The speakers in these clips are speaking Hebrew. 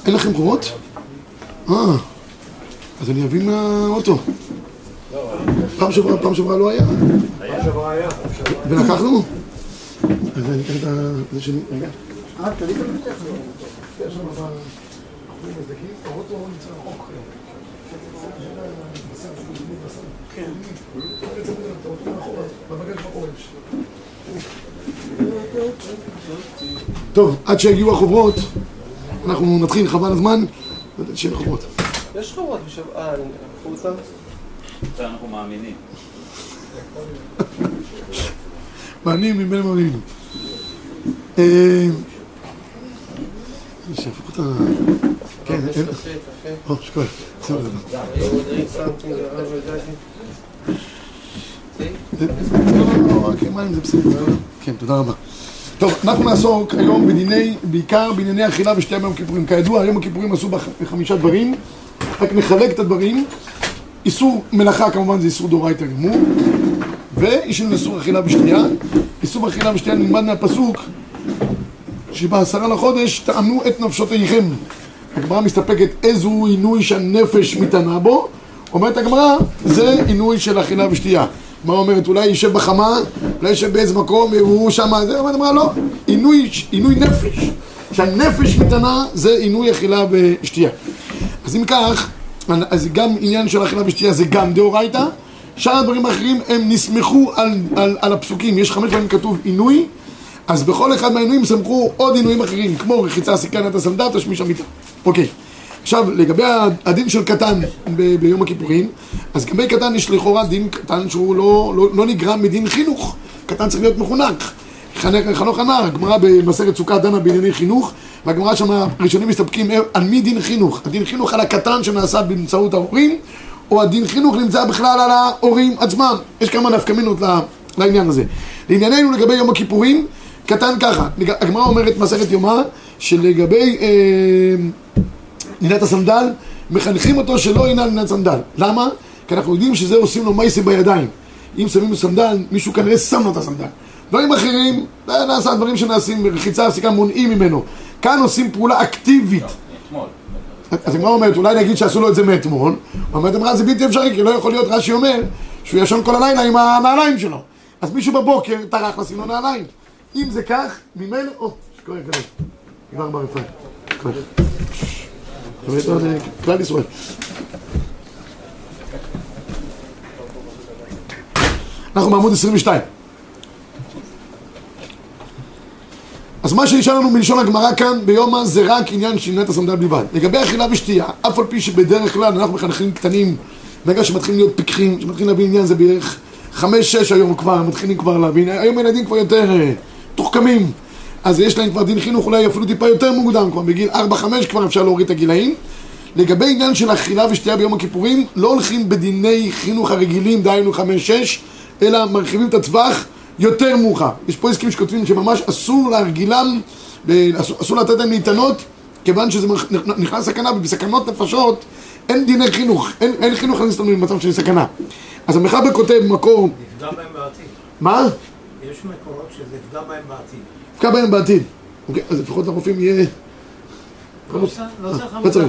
אין לכם חובות? אז אני אבין מהאוטו. פעם שברה לא היה. פעם שברה היה. ולקחנו? אז אני אקח את זה שלי. רגע. תגיד את זה. יש לנו בחורים מזדקים, האוטו נמצא רחוק. כן. טוב, עד שיגיעו החוברות, אנחנו נתחיל, חבל הזמן, שיהיה חוברות. יש חוברות בשבעה, חוצה? אנחנו מאמינים. מאמינים מבין מאמינים. שיהפוך אותה... כן, אין... שקול, שימו לזה. זה בסדר. כן, תודה רבה. טוב, אנחנו נעסוק היום בעיקר בענייני אכילה ושתייה ביום הכיפורים. כידוע, היום הכיפורים עשו בחמישה דברים, רק נחלק את הדברים. איסור מלאכה כמובן זה איסור דאורייתא גמור, ויש לנו איסור אכילה ושתייה. איסור אכילה ושתייה נלמד מהפסוק שב10 לחודש תאמנו את נפשותיכם. הגמרא מסתפקת איזו עינוי שהנפש מתענה בו. אומרת הגמרא, זה עינוי של אכילה ושתייה. מה אומרת? אולי יישב בחמה, אולי יישב באיזה מקום, והוא שמה, זה אומרת, אמרה לא, עינוי נפש. שהנפש מתענה זה עינוי אכילה ושתייה. אז אם כך, אז גם עניין של אכילה ושתייה זה גם דאורייתא. שאר הדברים האחרים הם נסמכו על הפסוקים. יש 5 פעמים כתוב עינוי, אז בכל אחד מהעינויים סמכו עוד עינויים אחרים, כמו רחיצה, סיכה, נטע, סנדל, תשמיש המיטה. אוקיי. עכשיו, לגבי הדין של קטן ביום הכיפורים, אז גם קטן יש לכאורה דין קטן שהוא לא נגרם מדין חינוך. קטן צריך להיות מחונך. חנוך הנער, הגמרא במסכת סוכה דנה בענייני חינוך, והגמרא שם הראשונים מסתפקים על מי דין חינוך. הדין חינוך על הקטן שנעשה באמצעות ההורים, או הדין חינוך נמצא בכלל על ההורים עצמם. יש כמה נפקמינות לעניין הזה. לענייננו לגבי יום הכיפורים, קטן ככה. הגמרא אומרת מסכת יומא, שלגבי נינת הסנדל, מחנכים אותו שלא ינעל נינת סנדל. למה? כי אנחנו יודעים שזה עושים לו מייסה בידיים. אם שמים לו סנדל, מישהו כנראה שם לו את הסנדל. דברים אחרים, נעשה דברים שנעשים ברחיצה, הפסיקה מונעים ממנו. כאן עושים פעולה אקטיבית. אז הגמרא אומרת, אולי נגיד שעשו לו את זה מאתמול, אומרת, אמרה, זה בלתי אפשרי, כי לא יכול להיות רש"י אומר שהוא ישן כל הלילה עם הנעליים שלו. אז מישהו בבוקר טרח לשים לו נעליים. אם זה כך, ממילא, שקורא כזה. כבר ברפאי. כלל ישראל. אנחנו בעמוד 22. אז מה שנשאר לנו מלשון הגמרא כאן ביומא זה רק עניין של נינת הסנדל בלבד. לגבי אכילה ושתייה, אף על פי שבדרך כלל אנחנו מחנכים קטנים, ברגע שמתחילים להיות פיקחים, שמתחילים להבין עניין זה בערך 5-6 היום כבר, מתחילים כבר להבין, היום הילדים כבר יותר תוחכמים, אז יש להם כבר דין חינוך אולי אפילו טיפה יותר מוקדם, כבר בגיל 4-5 כבר אפשר להוריד את הגילאים. לגבי עניין של אכילה ושתייה ביום הכיפורים, לא הולכים בדיני חינוך הרגילים, דהיינו 5-6, אלא מרחיבים את הטווח יותר מאוחר. יש פה עסקים שכותבים שממש אסור להרגילם, אסור לתת להם להתענות, כיוון שזה נכנס סכנה, ובסכנות נפשות אין דיני חינוך, אין חינוך להכניס אותנו במצב של סכנה. אז המחבר כותב במקור... יפגע בהם בעתיד. מה? יש מקורות שזה יפגע בהם בעתיד. יפגע בהם בעתיד. אוקיי, אז לפחות הרופאים יהיה... לא צריך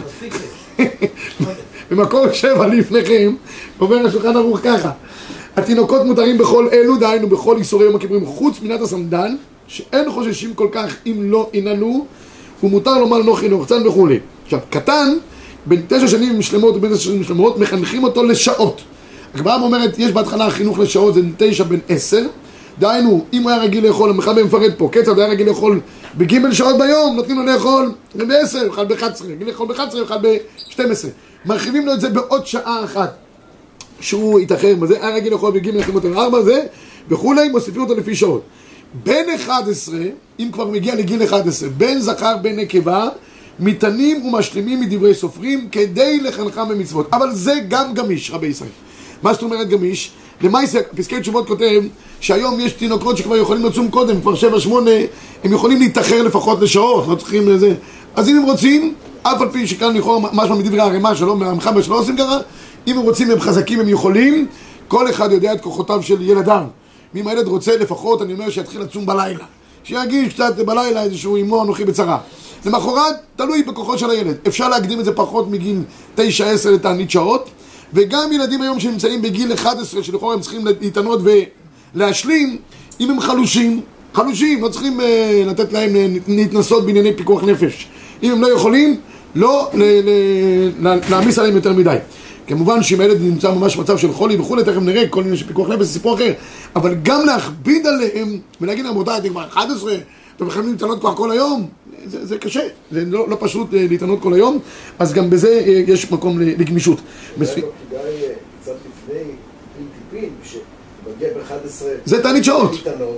במקור 7 לפניכם, אומר השולחן ערוך ככה: התינוקות מותרים בכל אלו, דהיינו בכל איסורי יום הכיפורים, חוץ מנת הסנדל, שאין חוששים כל כך אם לא ינעלו, ומותר לומר לא חינוך צאן וכו'. עכשיו, קטן, בין 9 שנים משלמות ובין 10 שנים משלמות, מחנכים אותו לשעות. הגמרא אומרת, יש בהתחלה חינוך לשעות, זה 9 בין 10, דהיינו, אם הוא היה רגיל לאכול, המחבר מפרט פה, כיצד היה רגיל לאכול בג' שעות ביום, נותנים לו לאכול ב-10, יאכל ב-11, רגיל לאכול ב-11, יאכל ב-12. מרחיבים לו את זה בעוד שעה אחת, שהוא יתאחר בזה, היה רגיל לאכול בג' נחים אותו ל-4 זה, וכולי, מוסיפים אותו לפי שעות. בין 11, אם כבר מגיע לגיל 11, בין זכר בין נקבה, מתענים ומשלימים מדברי סופרים, כדי לחנכם במצוות. אבל זה גם גמיש, רבי ישראל. מה זאת אומרת גמיש? למעשה, פסקי תשובות כותב שהיום יש תינוקות שכבר יכולים לצום קודם, כבר 7-8, הם יכולים להתאחר לפחות לשעות, לא צריכים לזה. אז אם הם רוצים, אף על פי שכאן לכאורה משהו מדברי הרמה שלו, מהמחבר שלא עושים ככה, אם הם רוצים, הם חזקים, הם יכולים, כל אחד יודע את כוחותיו של ילדיו. אם הילד רוצה לפחות, אני אומר שיתחיל לצום בלילה. שירגיש קצת בלילה איזשהו אימו אנוכי בצרה. למחרת, תלוי בכוחות של הילד. אפשר להקדים את זה פחות מגיל 9-10 לתענית שעות, וגם ילדים היום שנמצאים בגיל 11, שלכאורה הם צריכים להתענות ולהשלים, אם הם חלושים, לא צריכים לתת להם להתנסות בענייני פיקוח נפש. אם הם לא יכולים, לא להעמיס עליהם יותר מדי. כמובן שאם הילד נמצא ממש מצב של חולי וכולי, תכף נראה, כל מיני שפיקוח נפש זה סיפור אחר, אבל גם להכביד עליהם ולהגיד להם, רבותיי, אתם כבר 11, אתם יכולים להתענות כבר כל היום, זה קשה, זה לא פשוט להתענות כל היום, אז גם בזה יש מקום לגמישות. אולי קצת לפני טיפין, שמגיע ב-11 זה תענית שעות.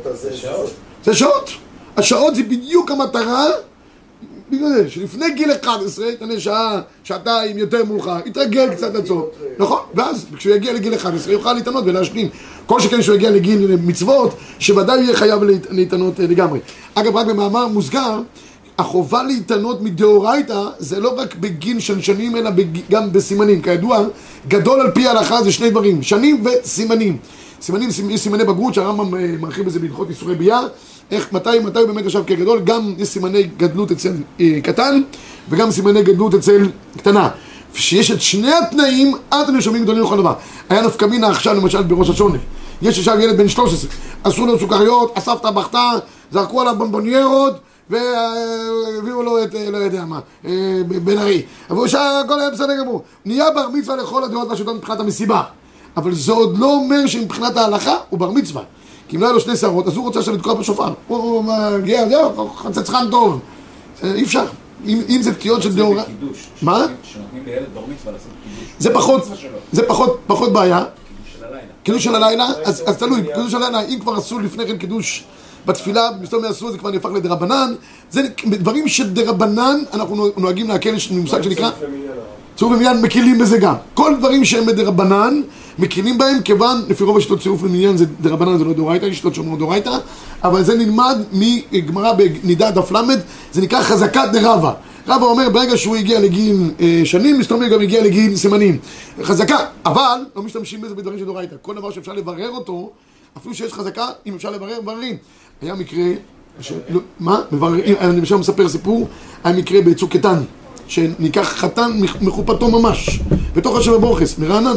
זה שעות. השעות זה בדיוק המטרה, בגלל זה, שלפני גיל 11, תענה שעה, שעתיים יותר מאוחר, יתרגל קצת לצות, נכון? ואז כשהוא יגיע לגיל 11 יוכל להתענות ולהשלים. כל שכן שהוא יגיע לגיל מצוות, שוודאי יהיה חייב להתענות לגמרי. אגב, רק במאמר מוסגר, החובה להתענות מדאורייתא זה לא רק בגין שנים, אלא גם בסימנים. כידוע, גדול על פי ההלכה זה שני דברים, שנים וסימנים. סימנים, יש סימני בגרות, שהרמב"ם מרחיב בזה בהלכות איסורי ביאה, מתי הוא באמת ישב כגדול, גם יש סימני גדלות אצל קטן, וגם סימני גדלות אצל קטנה. כשיש את שני התנאים, אתם נרשמים גדולים לכל דבר. היה נפקא מינה עכשיו למשל בראש השונה. יש עכשיו ילד בן 13, עשו לו סוכריות, הסבתא בכתה, זרקו עליו בומבוניירות, והביאו לו את, לא יודע מה, בן ארי. אבל הוא שאר, הכל היה בסדר גמור. נהיה בר מצווה לכל הדעות והשלטון מבחינת המסיבה. אבל זה עוד לא אומר שמבחינת ההלכה הוא בר מצווה. כי אם לא היה לו שני שערות, אז הוא רוצה עכשיו לתקוע בשופר. הוא מגיע, זהו, חצצחן טוב. אי אפשר. אם זה תקיעות של דאורייתא... מה? שנותנים לילד בר מצווה לעשות קידוש. זה פחות בעיה. קידוש קידוש של הלילה. של הלילה, אז תלוי, קידוש של הלילה, אם כבר עשו לפני כן קידוש בתפילה, מסתום יעשו, זה כבר נהפך לדרבנן. זה דברים של דרבנן, אנחנו נוהגים להקל, יש מושג שנקרא צירוף למניין, מקילים בזה גם. כל דברים שהם בדרבנן, מקילים בהם, כיוון, לפי רוב השיטות צירוף למניין זה דרבנן, זה לא דאורייתא, יש שיטות שאומרות דאורייתא, אבל זה נלמד מגמרא בנידה דף למד, זה נקרא חזקת דרבא. רבא אומר, ברגע שהוא הגיע לגיל שנים, מסתום גם הגיע לגיל סימנים. חזקה, אבל לא משתמשים בזה בדברים של דאורייתא. כל דבר שאפשר לברר אותו, אפילו שיש חזקה, אם אפשר לברר, מבררים. היה מקרה, מה? מבררים, אני משם מספר סיפור, היה מקרה בצוק קטן, שניקח חתן מחופתו ממש, בתוך השבע בורכס, מרענן,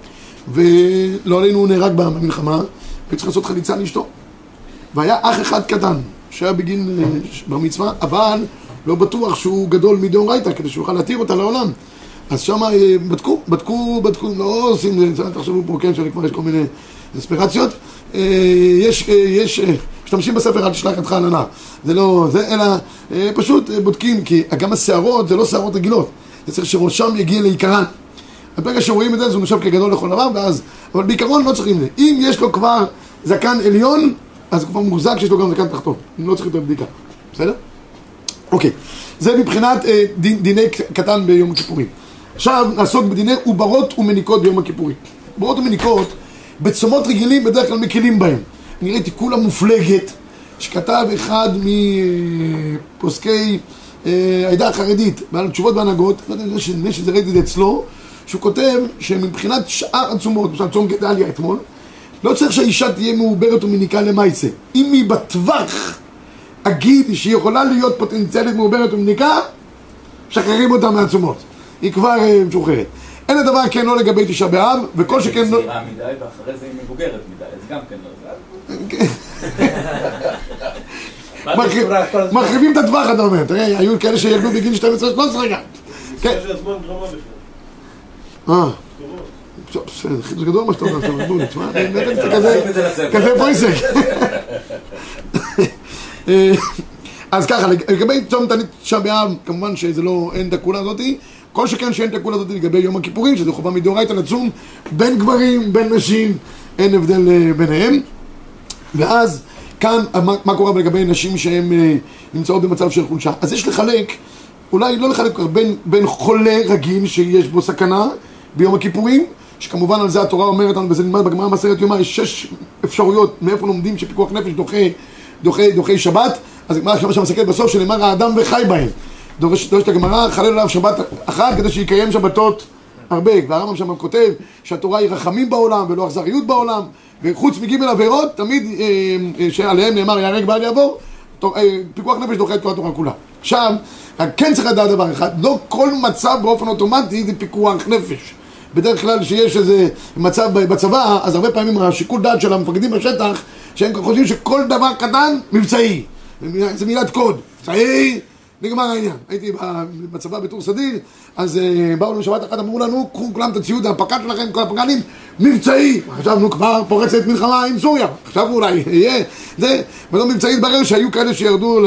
ולא עלינו הוא נהרג במלחמה, וצריך לעשות חליצה לאשתו. והיה אח אחד קטן, שהיה בגין בר מצווה, אבל לא בטוח שהוא גדול מדאורייתא, כדי שהוא יוכל להתיר אותה לעולם. אז שם בדקו, לא עושים, תחשבו פה, כן, שכבר יש כל מיני אספירציות, יש משתמשים בספר אל תשלח ידך על הנער. זה לא, זה אלא פשוט בודקים, כי גם השערות זה לא שערות רגילות, זה צריך שראשם יגיע לעיקרן. ברגע שרואים את זה, זה נחשב כגדול לכל דבר, ואז, אבל בעיקרון לא צריכים זה. אם יש לו כבר זקן עליון, אז הוא כבר מוחזק שיש לו גם זקן תחתון. לא צריך יותר בדיקה. בסדר? אוקיי. זה מבחינת דיני קטן ביום הכיפורים. עכשיו נעסוק בדיני עוברות ומניקות ביום הכיפורים. עוברות ומניקות, בצומות רגילים בדרך כלל מקילים בהם. אני ראיתי כולה מופלגת, שכתב אחד מפוסקי העדה החרדית, בעל תשובות בהנהגות, לא יודע שזה ראיתי את זה אצלו, שהוא כותב שמבחינת שאר הצומות, למשל צום גדליה אתמול, לא צריך שהאישה תהיה מעוברת ומניקה למעשה. אם היא בטווח אגיד שהיא יכולה להיות פוטנציאלית מעוברת ומניקה, משחררים אותה מהצומות. היא כבר משוחררת. אין הדבר כן לא לגבי תשעה באב, וכל שכן לא... צעירה מדי, ואחרי זה היא מבוגרת מדי, אז גם כן לא... מרחיבים את הטווח, אתה אומר. תראה, היו כאלה שילדו בגיל 12-13 רגע. זה הזמן גרמה בכלל. בסדר, חידוש גדול מה שאתה אומר, תשמע, כזה פויסק. אז ככה, לגבי צום תענית תשעה באב, כמובן שזה לא, אין את הכולה הזאתי, כל שכן שאין את הכולה הזאתי לגבי יום הכיפורים, שזה חובה מדאורייתא לצום, בין גברים, בין נשים, אין הבדל ביניהם. ואז כאן, מה קורה לגבי נשים שהן נמצאות במצב של חולשה? אז יש לחלק, אולי לא לחלק בין חולה רגיל שיש בו סכנה ביום הכיפורים, שכמובן על זה התורה אומרת לנו, וזה נלמד בגמרא מסכת יומא, יש 6 אפשרויות מאיפה לומדים שפיקוח נפש דוחה שבת. אז הגמרא שם מסתכלת בסוף שנאמר האדם וחי בהם. דורשת הגמרא, חלל עליו שבת אחת כדי שיקיים שבתות הרבה. והרמב"ם שם כותב שהתורה היא רחמים בעולם ולא אכזריות בעולם, וחוץ מג' עבירות, תמיד שעליהם נאמר יהרג ואל יעבור, פיקוח נפש דוחה את כל התורה כולה. עכשיו, רק כן צריך לדעת דבר אחד, לא כל מצב באופן אוטומטי זה פיקוח נפש. בדרך כלל שיש איזה מצב בצבא, אז הרבה פעמים השיקול דעת של המפקדים בשטח, שהם חושבים שכל דבר קטן מבצעי. זה מילת קוד. מבצעי, נגמר העניין. הייתי בצבא בתור סדיר, אז באו לנו שבת אחת, אמרו לנו, קחו כולם את הציוד, הפקד שלכם, כל הפקדים, מבצעי. חשבנו כבר פורצת מלחמה עם סוריה. חשבנו אולי יהיה זה, ולא מבצעי התברר שהיו כאלה שירדו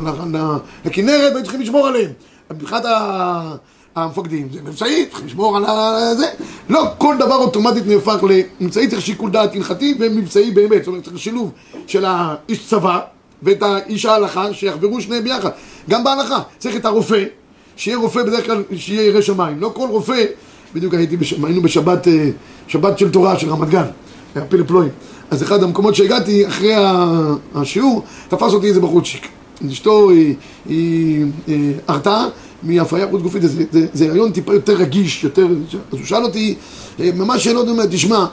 לכנרת והיו צריכים לשמור עליהם. מבחינת המפקדים, זה מבצעי, צריך לשמור על זה. לא כל דבר אוטומטית נהפך למבצעי, צריך שיקול דעת הלכתי ומבצעי באמת. זאת אומרת, צריך שילוב של האיש צבא ואת האיש ההלכה שיחברו שניהם ביחד. גם בהלכה, צריך את הרופא, שיהיה רופא בדרך כלל, שיהיה ירא שמיים. לא כל רופא, בדיוק היינו בשבת, שבת של תורה של רמת גן, פילה פלואים. אז אחד המקומות שהגעתי אחרי השיעור, תפס אותי איזה בחורצ'יק. אשתו היא הרתעה מהפריה חוץ גופית, זה רעיון טיפה יותר רגיש, יותר... אז הוא שאל אותי, ממש שאלות, הוא אומר, תשמע,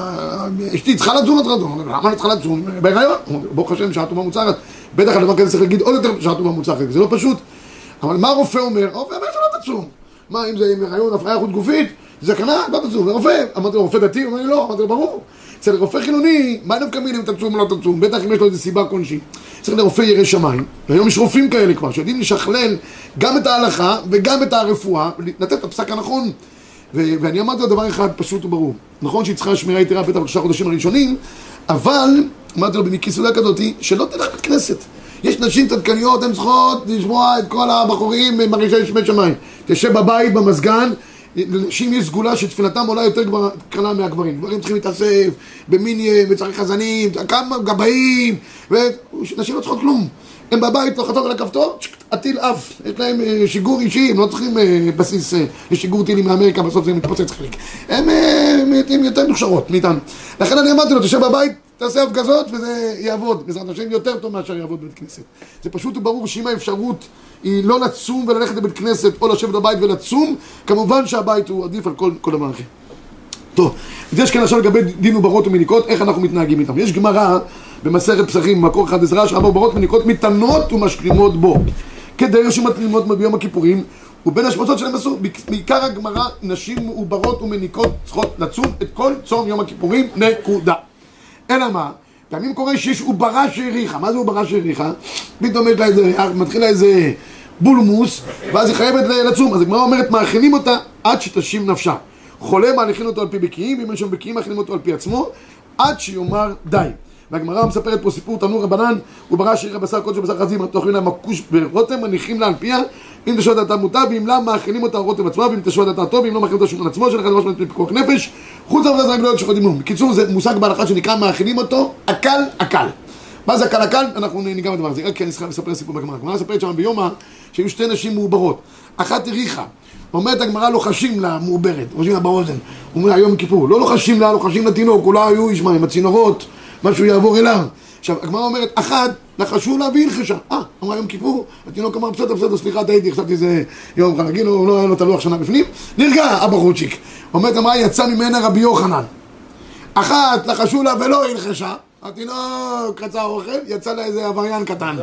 אשתי צריכה לצום, למה אני צריכה לצום? בהיריון? ברוך השם, שעה טובה מוצרת. בטח הדבר כזה צריך להגיד עוד יותר שעה טובה מוצרת, זה לא פשוט. אבל מה הרופא אומר? הרופא אומר שלא תצום. מה, אם זה רעיון הפריה חוץ גופית? זה סכנה, לא תצום. הרופא, אמרתי לו, רופא דתי? הוא אומר לי, לא, אמרתי לו, ברור. אצל רופא חילוני, מה נפקא מינה אם תצום או לא תצום? בטח אם יש לו איזו סיבה כלשהי. צריך לרופא ירא שמיים, והיום יש רופאים כאלה כבר, שיודעים לשכלל גם את ההלכה וגם את הרפואה, לתת את הפסק הנכון. ואני אמרתי לו דבר אחד פשוט וברור. נכון שהיא צריכה שמירה יתרה בטח בשלושה חודשים הראשונים, אבל, אמרתי לו במקיסודה כזאת, שלא תלך לכנסת. יש נשים צדקניות, הן צריכות לשמוע את כל הבחורים מרגישי שמי שמיים. תשב בבית, במסגן, לנשים יש סגולה שתפילתם עולה יותר קלה מהגברים. גברים צריכים להתאסף במיניה, בצריך חזנים, כמה גבאים, ונשים לא צריכות כלום. הם בבית לוחצות על הכפתור, הטיל אף, יש להם שיגור אישי, הם לא צריכים בסיס לשיגור טילים מאמריקה, בסוף זה מתפוצץ חלק. הם יותר מוכשרות מאיתנו. לכן אני אמרתי לו, תשב בבית, תעשה הפגזות וזה יעבוד. בעזרת השם יותר טוב מאשר יעבוד בבית כנסת. זה פשוט וברור שאם האפשרות היא לא לצום וללכת לבית כנסת או לשבת בבית ולצום, כמובן שהבית הוא עדיף על כל דבר אחר. טוב, יש כאן עכשיו לגבי דין עוברות ומניקות, איך אנחנו מתנהגים איתם. יש גמרא במסכת פסחים, מקור 11, שעוברות ומניקות מתנות ומשלימות בו. כדי שמתלימות ביום הכיפורים, ובין השמצות שלהם אסור. בעיקר הגמרא, נשים עוברות ומניקות צריכות לצום את כל צום יום הכיפורים, נקודה. אלא מה? פעמים קורה שיש עוברה שהריחה. מה זה עוברה שהריחה? פתאום יש לה איזה, מתחילה איזה בולמוס, ואז היא חייבת לצום. אז הגמרא אומרת, מאכילים אותה עד שתשים נפשה. חולה מאכילים אותו על פי בקיעים, ואם אין שם בקיעים מאכילים אותו על פי עצמו, עד שיאמר די. והגמרא מספרת פה סיפור תנור רבנן, עוברה שהריחה בשר קודש ובשר חזיר, תאכלין לה מקוש ברותם, מניחים לה על פיה, אם תשוע דעתה מוטה, ואם לא מאכילים אותה רותם עצמה, ואם תשוע דעתה טוב, ואם לא מאכילים אותה שולחן עצמו, שלך דבר שמנת מפיקוח נפש, חוץ מהעבודה זה רגלויות שחודים מום. בקיצור, זה מושג בהלכה שנקרא מאכילים אותו, אקל. מה זה אקל? אנחנו ניגע בדבר הזה. רק כי אני צריכה לספר סיפור בגמרא. הגמרא מספרת שם ביומא שהיו שתי נשים מעוברות. אחת הריחה. אומרת הגמרא לוחשים לה מעוברת, לוחשים לה באוזן. אומרים היום כיפור. לא לוחשים לה, לוחשים לתינוק, אולי היו ישמע עם הצינורות, משהו יעבור אליו. עכשיו, הגמרא אומרת, אחת, לחשו לה והלחשה. אמרה יום כיפור, התינוק אמר, בסדר, סליחה, טעיתי, חשבתי זה יום חנגין, לא היה לו תלוח שנה בפנים. נרגע, הבחורצ'יק. אומרת, אמרה, יצא ממנה רבי יוחנן. אחת, לחשו לה ולא הלחשה. התינוק רצה אוכל, יצא לה איזה עבריין קטן.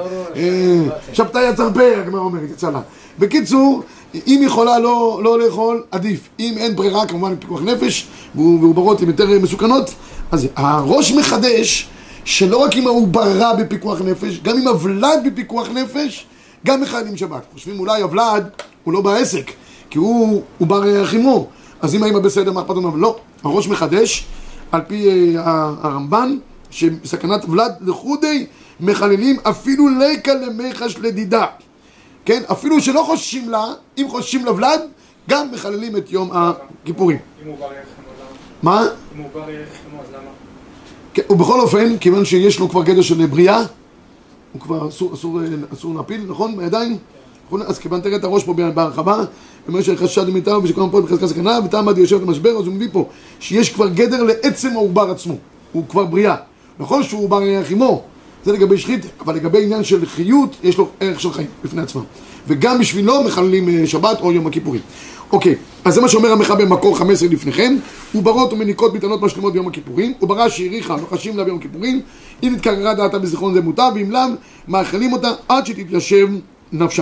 שבתה יצר פה, הגמרא אומרת, יצא לה. בקיצור, אם יכולה לא לאכול, עדיף. אם אין ברירה, כמובן פיקוח נפש, ועוברות הן יותר מסוכנות, אז הראש מחדש, שלא רק אם העוברה בפיקוח נפש, גם אם הוולד בפיקוח נפש, גם מחיילים שבת. חושבים אולי הוולד הוא לא בעסק, כי הוא בר חימו. אז אם האמא בסדר, מה אכפת לנו? לא. הראש מחדש, על פי הרמב"ן, שסכנת ולד לחודי מחללים אפילו ליקה למחש לדידה. כן? אפילו שלא חוששים לה, אם חוששים לוולד, גם מחללים את יום הכיפורים. אם הוא בר יחמו, למה? מה? אם הוא בר יחמו, אז למה? כן, ובכל אופן, כיוון שיש לו כבר גדר של בריאה, הוא כבר אסור להפיל, נכון? בידיים? אז כיוון תראה את הראש פה בהרחבה, אומר שחשד מאיתנו ושכל פה בחזקה סכנה, ותעמד יושב את המשבר, אז הוא מביא פה שיש כבר גדר לעצם העובר עצמו. הוא כבר בריאה. נכון שהוא בר יחימו, זה לגבי שחית, אבל לגבי עניין של חיות, יש לו ערך של חיים בפני עצמם. וגם בשבילו מחללים שבת או יום הכיפורים. אוקיי, אז זה מה שאומר המחבר במקור 15 לפניכם, עוברות ומניקות מתנות משלימות ביום הכיפורים, עוברה שהריחה לוחשים לה ביום הכיפורים, אם התקררה דעתה בזיכרון זה מוטב, ואם לאו, מאכלים אותה עד שתתיישב נפשה.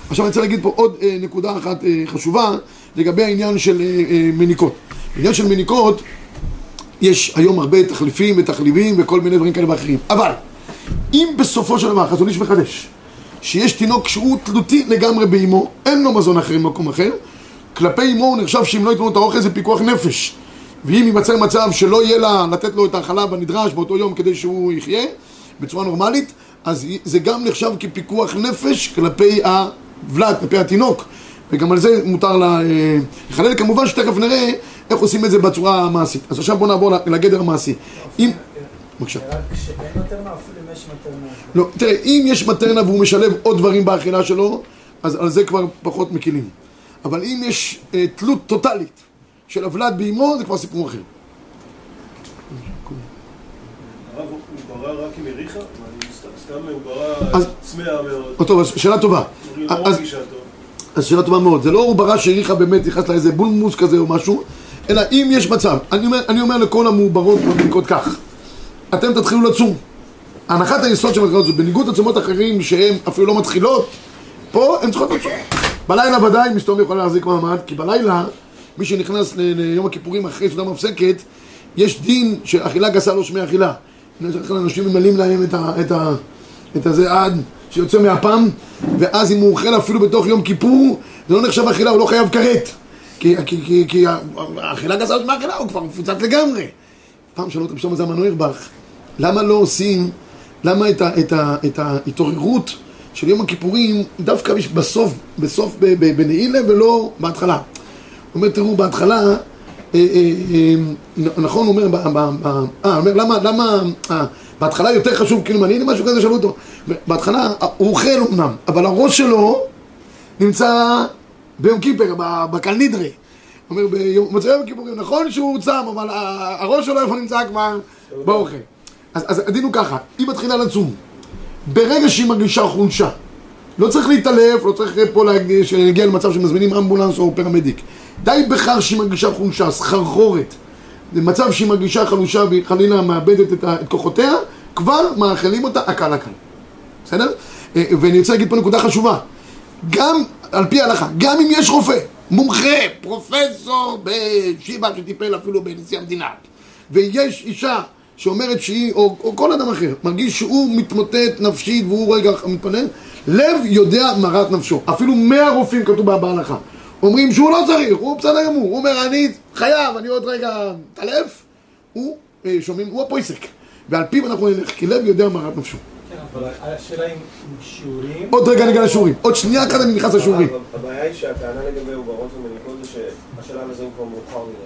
עכשיו אני רוצה להגיד פה עוד נקודה אחת חשובה לגבי העניין של מניקות. בעניין של מניקות יש היום הרבה תחליפים ותחליבים וכל מיני דברים כאלה ואחרים. אבל אם בסופו של דבר חזון איש מחדש שיש תינוק שהוא תלותי לגמרי באמו, אין לו מזון אחר במקום אחר, כלפי אמו הוא נחשב שאם לא יתנו את האוכל זה פיקוח נפש. ואם יימצא מצב שלא יהיה לה לתת לו את החלב הנדרש באותו יום כדי שהוא יחיה בצורה נורמלית, אז זה גם נחשב כפיקוח נפש כלפי הוולד, כלפי התינוק, וגם על זה מותר לחלל. כמובן שתכף נראה איך עושים את זה בצורה המעשית. אז עכשיו בואו נעבור לגדר המעשי. בבקשה. רק כשאין מטרנה, אפילו אם יש מטרנה. לא, תראה, אם יש מטרנה והוא משלב עוד דברים באכילה שלו, אז על זה כבר פחות מקילים. אבל אם יש תלות טוטלית של הוולד באמו, זה כבר סיפור אחר. הרב, הוא ברא רק עם יריחה? סתם הוא ברא צמאה מאוד. טוב, אז שאלה טובה. אז שאלה טובה מאוד. זה לא הוא ברא שיריחה באמת נכנס לאיזה בולמוס כזה או משהו, אלא אם יש מצב. אני אומר לכל המעוברות במניקות כך. אתם תתחילו לצום. הנחת היסוד שמתחילות זאת, בניגוד לצומות אחרים שהן אפילו לא מתחילות, פה הן צריכות לצום. בלילה ודאי מסתום יכול להחזיק מעמד, כי בלילה מי שנכנס ליום הכיפורים אחרי סעודה מפסקת, יש דין שאכילה גסה לא שמי אכילה. אנשים ממלאים להם את הזה עד שיוצא מהפם, ואז אם הוא אוכל אפילו בתוך יום כיפור, זה לא נחשב אכילה, הוא לא חייב כרת. כי האכילה גסה לא שמי אכילה, הוא כבר מפוצץ לגמרי. פעם שאלו אותם שם זה המנוע ירבח, למה לא עושים, למה את ההתעוררות של יום הכיפורים דווקא בסוף בנעילה ולא בהתחלה? הוא אומר, תראו, בהתחלה, נכון, הוא אומר, למה, בהתחלה יותר חשוב, כאילו מעניין משהו כזה, שאלו אותו, בהתחלה הוא אוכל אמנם, אבל הראש שלו נמצא ביום כיפר, בקלנידרי. הוא אומר, במצב יום הכיפורים, נכון שהוא צם, אבל הראש שלו איפה נמצא כבר באוכל. אז הדין הוא ככה, היא מתחילה לצום. ברגע שהיא מרגישה חולשה, לא צריך להתעלף, לא צריך פה להגיע למצב שמזמינים אמבולנס או פרמדיק. די בכך שהיא מרגישה חולשה, סחרחורת. במצב שהיא מרגישה חלושה והיא חלילה מאבדת את כוחותיה, כבר מאכלים אותה אכל. בסדר? ואני רוצה להגיד פה נקודה חשובה. גם על פי ההלכה, גם אם יש רופא, מומחה, פרופסור בשיבא שטיפל אפילו בנשיא המדינה, ויש אישה שאומרת שהיא, או כל אדם אחר, מרגיש שהוא מתמוטט נפשית והוא רגע מתפלל, לב יודע מרת נפשו. אפילו 100 רופאים כתוב בהלכה. אומרים שהוא לא צריך, הוא בסדר גמור. הוא אומר, אני חייב, אני עוד רגע תלף. הוא, שומעים, הוא הפויסק. ועל פיו אנחנו נלך, כי לב יודע מרת נפשו. כן, אבל השאלה עם שיעורים... עוד רגע ניגע לשיעורים. עוד שנייה אחת אני נכנס לשיעורים. הבעיה היא שהטענה לגבי עוברות ומניקות זה שהשלב הזה הוא כבר מאוחר מדי.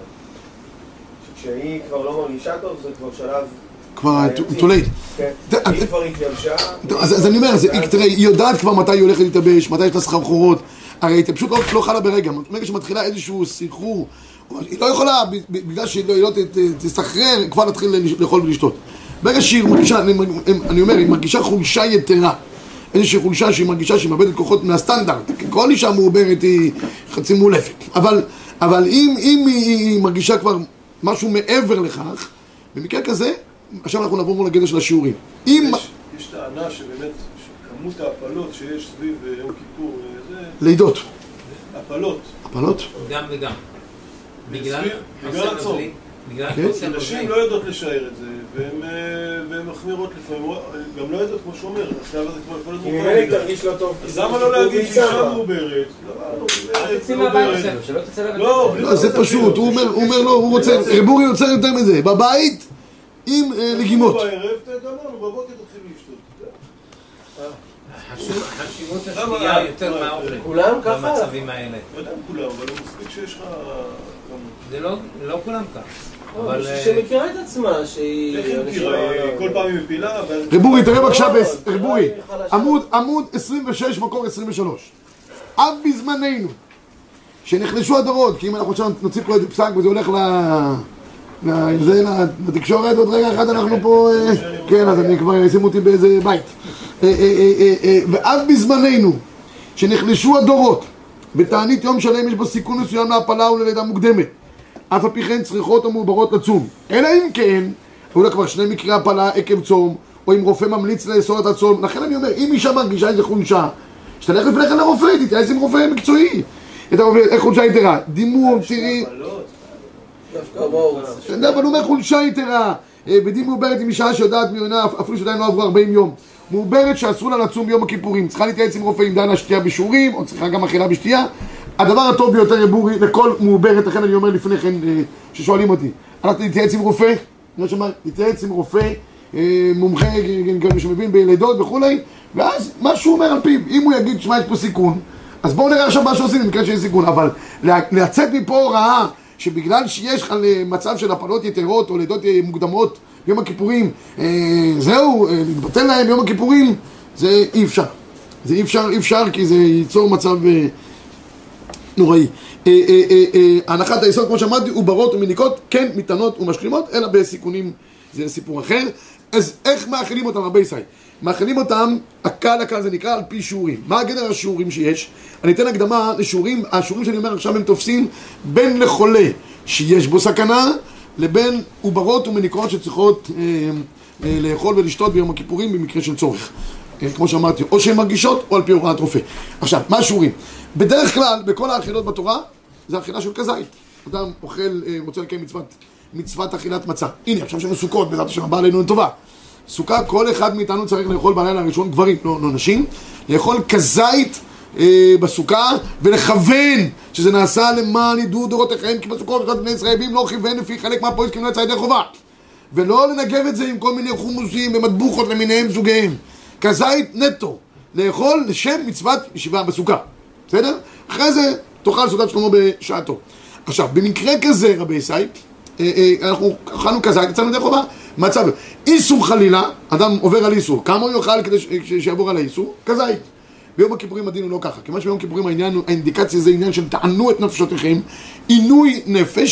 כשהיא כבר לא מרגישה טוב, זה כבר שלב... כבר תולד. כן, היא כבר התייבשה. אז אני אומר, תראה, היא יודעת כבר מתי היא הולכת להתייבש, מתי יש לה סחרחורות. הרי היא פשוט לא חלה ברגע. ברגע שמתחילה איזשהו סחרור, היא לא יכולה, בגלל שהיא לא תסחרר, כבר להתחיל לאכול ולשתות. ברגע שהיא מרגישה, אני אומר, היא מרגישה חולשה יתרה. איזושהי חולשה שהיא מרגישה שהיא מאבדת כוחות מהסטנדרט. כל אישה מעוברת היא חצי מולפת. אבל אם היא מרגישה כבר משהו מעבר לכך, במקרה כזה, עכשיו אנחנו נעבור לגדר של השיעורים. יש טענה שבאמת, כמות ההפלות שיש סביב יום כיפור, זה... לידות. הפלות. הפלות? גם וגם. בגלל הצום. נשים לא יודעות לשער את זה, והן מחמירות לפעמים, גם לא יודעות כמו שאומר, השלב הזה כבר יכול להיות אם אני תרגיש לא טוב, אז למה לא להגיד שאישה מעוברת? לא, זה פשוט, הוא אומר לו, הוא רוצה, רבורי יוצא יותר מזה, בבית עם לגימות. בערב, גמרנו, בבוקר תתחיל לשתות. חשיבות השתייה יותר מהאוכל. כולם ככה? במצבים האלה. לא יודע אם כולם, אבל לא מספיק שיש לך... זה לא כולם ככה. שמכירה את עצמה שהיא... איך היא מכירה? כל פעם היא מפילה, רבורי, תראה בבקשה, רבורי, עמוד 26, מקור 23. עד בזמננו, שנחלשו הדורות, כי אם אנחנו עכשיו נוציא פה את פסק וזה הולך לתקשורת, עוד רגע אחד אנחנו פה... כן, אז אני כבר אשים אותי באיזה בית. ועד בזמננו, שנחלשו הדורות, בתענית יום שלם יש בו סיכון מסוים להפלה וללידה מוקדמת. אף על פי כן צריכות המעוברות לצום. אלא אם כן, היו לה כבר 2 מקרי הפלה עקב צום, או אם רופא ממליץ לאסור את הצום. לכן אני אומר, אם אישה מרגישה איזה חולשה, שתלך לפני כן לרופא, תתייעץ עם רופא מקצועי. איך חולשה יתרה? דימום, תראי... אבל הוא אומר חולשה יתרה. בדין מעוברת עם אישה שיודעת מיונה, אפילו שעדיין לא עברו 40 יום. מעוברת שאסרו לה לצום ביום הכיפורים. צריכה להתייעץ עם רופא אם דנה שתייה בשיעורים, או צריכה גם אכילה בשתייה. הדבר הטוב ביותר יבורי לכל מעוברת, לכן אני אומר לפני כן ששואלים אותי. הלכתי להתייעץ עם רופא, אני אומר, להתייעץ עם רופא, מומחה שמבין בלידות וכולי, ואז מה שהוא אומר על פיו, אם הוא יגיד שמה יש פה סיכון, אז בואו נראה עכשיו מה שעושים, במקרה שיש סיכון, אבל לצאת מפה הוראה שבגלל שיש לך מצב של הפלות יתרות או לידות מוקדמות ביום הכיפורים, זהו, להתבטל להם ביום הכיפורים, זה אי אפשר. זה אי אפשר כי זה ייצור מצב נוראי. הנחת היסוד, כמו שאמרתי, עוברות ומניקות, כן מתנות ומשלימות, אלא בסיכונים, זה סיפור אחר. אז איך מאכילים אותם רבי ישראל? מאכילים אותם, הקל זה נקרא על פי שיעורים. מה הגדר השיעורים שיש? אני אתן הקדמה לשיעורים, השיעורים שאני אומר עכשיו הם תופסים בין לחולה שיש בו סכנה, לבין עוברות ומניקות שצריכות לאכול ולשתות ביום הכיפורים במקרה של צורך. כמו שאמרתי, או שהן מרגישות או על פי הוראת רופא. עכשיו, מה השיעורים? בדרך כלל, בכל האכילות בתורה, זה אכילה של כזית. אדם אוכל, רוצה לקיים מצוות אכילת מצה. הנה, עכשיו יש סוכות, בעזרת השם הבא עלינו לטובה. סוכה, כל אחד מאיתנו צריך לאכול בלילה הראשון, גברים, לא נשים, לאכול כזית בסוכה ולכוון שזה נעשה למען ידעו דורותיכם, כי בסוכות בני ישראל, ואם לא כיוון לפי חלק מהפועל כמנו יצא ידי חובה. ולא לנגב את זה עם כל מיני חומוסים ומטבוחות למיניהם סוגיהם. כזית נטו, לאכול לשם מצוות ישיבה בסוכה. בסדר? אחרי זה תאכל סעודת שלמה בשעתו. עכשיו, במקרה כזה, רבי ישראל, אנחנו אכלנו כזית, יצאנו ידי חובה. מצב, איסור חלילה, אדם עובר על איסור, כמה הוא יאכל כדי שיעבור על האיסור? כזית. ביום הכיפורים הדין הוא לא ככה, כיוון שביום הכיפורים האינדיקציה זה עניין של תענו את נפשותיכם, עינוי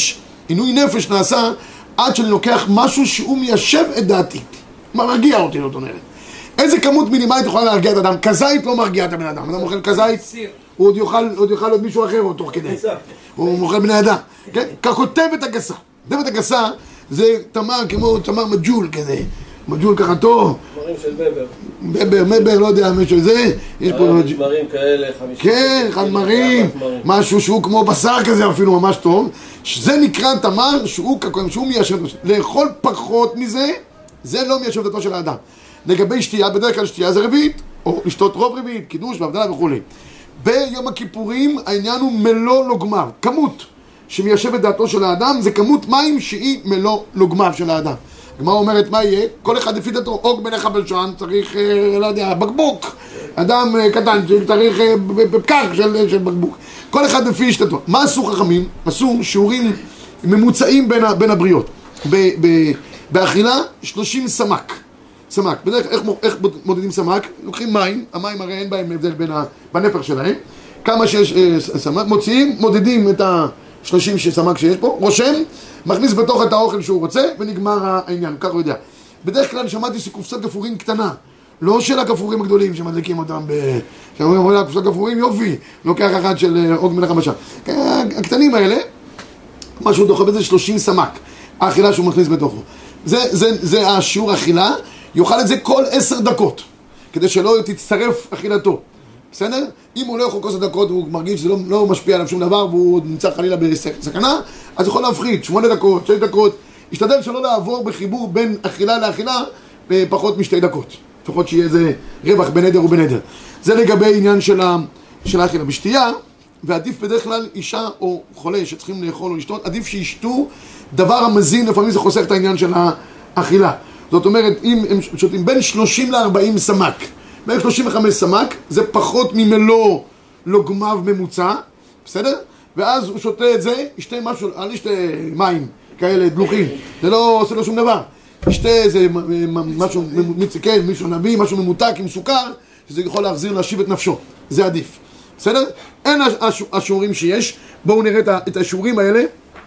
נפש נעשה עד שאני לוקח משהו שהוא מיישב את דעתי, מרגיע אותי, זאת אומרת. איזה כמות מינימלית יכולה להרגיע את האדם? כזית לא מרגיע את הבן אדם, אדם אוכל כזית, הוא עוד יאכל עוד מישהו אחר תוך כדי, הוא מוכל בני אדם, כן? ככותבת הגסה, כותבת הגסה זה תמר כמו תמר מג'ול כזה, מג'ול ככה טוב. תמרים של מבר, לא יודע, משהו זה. יש פה תמרים כאלה, 50. כן, חמרים, משהו שהוא כמו בשר כזה אפילו ממש טוב. זה נקרא תמר שהוא מיישב. לאכול פחות מזה, זה לא מיישב דתו של האדם. לגבי שתייה, בדרך כלל שתייה זה רביעית, או לשתות רוב רביעית, קידוש והבדלה וכו'. ביום הכיפורים העניין הוא מלוא לוגמיו, כמות. שמיישב את דעתו של האדם, זה כמות מים שהיא מלוא לוגמיו של האדם. הגמרא אומרת, מה יהיה? כל אחד לפי דעתו, אוג בלך בלשון, צריך, לא יודע, בקבוק. אדם קטן, צריך בפקק של בקבוק. כל אחד לפי השתתו. מה עשו חכמים? עשו שיעורים ממוצעים בין הבריות. באכילה, 30 סמק. סמק. בדרך איך מודדים סמק? לוקחים מים, המים הרי אין בהם הבדל בנפח שלהם. כמה שיש סמק, מוציאים, מודדים את 30 סמק שיש פה, רושם, מכניס בתוך את האוכל שהוא רוצה, ונגמר העניין, כך הוא יודע. בדרך כלל שמעתי שקופסת גפורים קטנה, לא של הגפורים הגדולים שמדליקים אותם שאומרים, אולי קופסת גפורים, יופי, לוקח אחד של אוג מלך המשל. הקטנים האלה, משהו דוחה בזה 30 סמק, האכילה שהוא מכניס בתוכו. זה השיעור האכילה, יאכל את זה כל 10 דקות, כדי שלא תצטרף אכילתו. בסדר? אם הוא לא יכול כוס הדקות והוא מרגיש שזה לא משפיע עליו שום דבר והוא נמצא חלילה בסכנה, אז יכול להפחית 8 דקות, 6 דקות. ישתדל שלא לעבור בחיבור בין אכילה לאכילה פחות מ2 דקות. לפחות שיהיה איזה רווח בין עדר ובין עדר. זה לגבי עניין של האכילה. בשתייה, ועדיף בדרך כלל אישה או חולה שצריכים לאכול או לשתות, עדיף שישתו דבר המזין, לפעמים זה חוסך את העניין של האכילה. זאת אומרת, אם הם שותים בין 30 ל-40 סמק, בין 35 סמק, זה פחות ממלוא לוגמיו ממוצע, בסדר? ואז הוא שותה את זה, ישתה משהו, אל ישתה מים כאלה דלוחים, זה לא עושה לו שום דבר. ישתה איזה משהו, כן, מישהו נביא, משהו ממותק עם סוכר, שזה יכול להחזיר, להשיב את נפשו, זה עדיף. בסדר? אין השיעורים שיש, בואו נראה את השיעורים האלה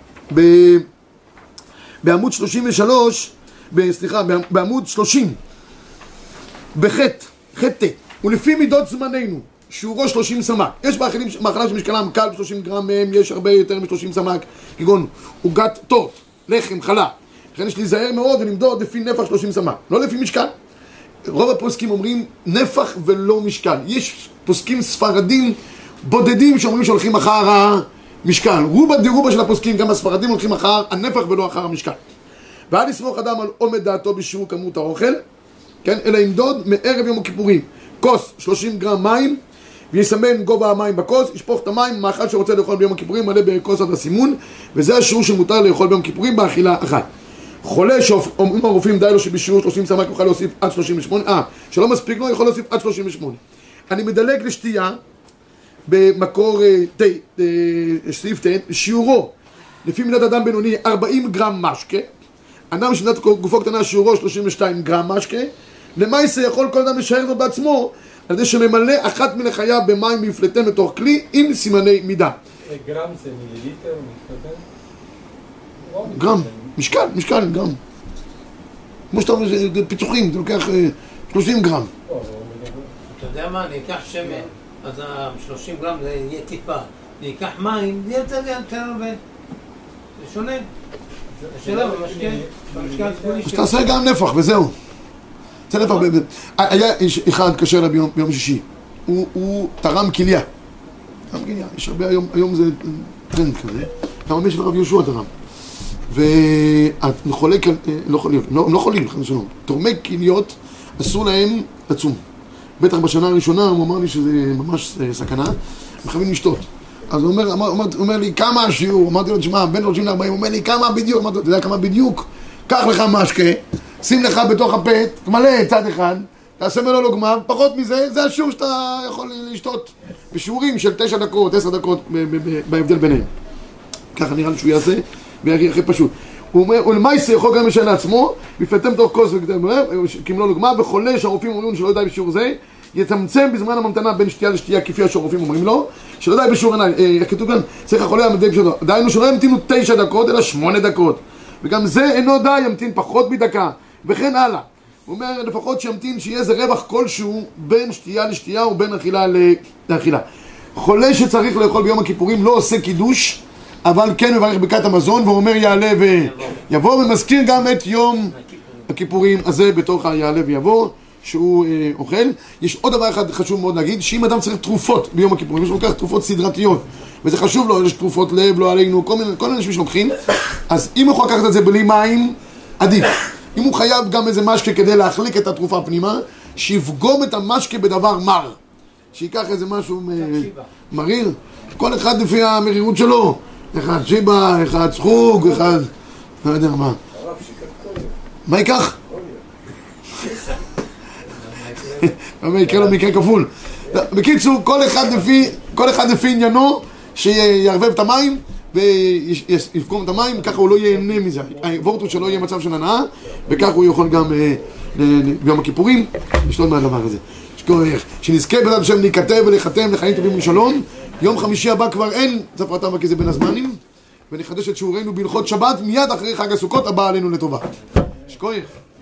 בעמוד 33, בעמוד 30, בחטא. חטא, ולפי מידות זמננו, שיעורו 30 סמק. יש מאכלה שמשקלם קל ב-30 גרם מהם, יש הרבה יותר מ-30 סמק, כגון עוגת טורט, לחם, חלה. לכן יש להיזהר מאוד ולמדוד לפי נפח 30 סמק, לא לפי משקל. רוב הפוסקים אומרים נפח ולא משקל. יש פוסקים ספרדים בודדים שאומרים שהולכים אחר המשקל. רובה דירובה של הפוסקים, גם הספרדים הולכים אחר הנפח ולא אחר המשקל. ואל יסמוך אדם על עומד דעתו בשיעור כמות האוכל, כן? אלא ימדוד מערב יום הכיפורים כוס 30 גרם מים, ויסמן גובה המים בכוס, ישפוך את המים, מאכל שרוצה לאכול ביום הכיפורים מלא בכוס עד הסימון, וזה השיעור שמותר לאכול ביום הכיפורים באכילה אחת. חולה שאומרים הרופאים די לו שבשיעור 30 סמ"ק יוכל להוסיף עד 38, שלא מספיק לו יכול להוסיף עד 38. אני מדלג לשתייה במקור סעיף ת', שיעורו לפי מידת אדם בינוני 40 גרם משקה, אדם שמידת גופו קטנה שיעורו 32 גרם משקה, למעשה יכול כל אדם לשער זאת בעצמו על ידי שממלא אחת מן החיה במים ויפלטם לתוך כלי עם סימני מידה. גרם זה מיליליטר, מתכוון? גרם, משקל, גרם. כמו שאתה אומר, זה פיצוחים, אתה לוקח 30 גרם. אתה יודע מה, אני אקח שמן, אז ה-30 גרם זה יהיה טיפה. אני אקח מים, זה יותר הרבה. זה שונה. השאלה במשקל אז תעשה גם נפח, וזהו. זה נפח. היה אחד קשר לה ביום שישי. הוא תרם כליה. יש הרבה, היום זה טרנד כזה. גם הבן של הרב יהושע תרם. וחולי, לא חולים, תורמי כליות אסור להם לצום. בטח בשנה הראשונה הוא אמר לי שזה ממש סכנה, הם חייבים לשתות. אז הוא אומר לי כמה השיעור, אמרתי לו תשמע, בין 30 ל-40, הוא אומר לי כמה בדיוק, אמרתי לו אתה יודע כמה בדיוק, קח לך משקה, שים לך בתוך הפה, תמלא צד אחד, תעשה ממנו לו גמר, פחות מזה, זה השיעור שאתה יכול לשתות בשיעורים של 9 דקות, 10 דקות בהבדל ביניהם. ככה נראה לי שהוא יעשה, והכי פשוט. הוא אומר, ולמעשה יכול גם לשאול לעצמו, בפלטם תוך כוס וכמלוא לגמר, וחולה שהרופאים אומרים שלא יודע בשיעור זה, יצמצם בזמן הממתנה בין שתייה לשתייה כפי שהרופאים אומרים לו, שלא די בשיעור עיניים, כתוב כאן, צריך החולה המדייק שלו, דהיינו שלא ימתינו 9 דקות, אלא 8 דקות, וגם זה אינו די, ימתין פחות מדקה, וכן הלאה. הוא אומר, לפחות שימתין שיהיה איזה רווח כלשהו בין שתייה לשתייה ובין אכילה לאכילה. חולה שצריך לאכול ביום הכיפורים לא עושה קידוש, אבל כן מברך ברכת המזון, והוא אומר יעלה ויבוא, ומזכיר גם את יום הכיפורים הזה בתוך היעלה ויבוא, שהוא אוכל. יש עוד דבר אחד חשוב מאוד להגיד, שאם אדם צריך תרופות ביום הכיפורים, יש לו כך תרופות סדרתיות, וזה חשוב לו, יש תרופות לב, לא עלינו, כל מיני אנשים שלוקחים, אז אם הוא יכול לקחת את זה בלי מים, עדיף. אם הוא חייב גם איזה משקה כדי להחליק את התרופה הפנימה, שיפגום את המשקה בדבר מר. שיקח איזה משהו מריר, כל אחד לפי המרירות שלו. אחד שיבה, אחד סחוג, אחד... לא יודע מה. מה ייקח? יקרה לו מקרה כפול. בקיצור, כל אחד לפי עניינו שיערבב את המים ויפגום את המים, ככה הוא לא ייהנה מזה. העבורת הוא שלא יהיה מצב של הנאה, וכך הוא יכול גם ביום הכיפורים לשתות מהדבר הזה. שנזכה בעזרת השם להיכתב ולהיחתם לחיים טובים ולשלום. יום חמישי הבא כבר אין צפרתם כי זה בין הזמנים, ונחדש את שיעורנו בהלכות שבת מיד אחרי חג הסוכות הבא עלינו לטובה. שכוייך.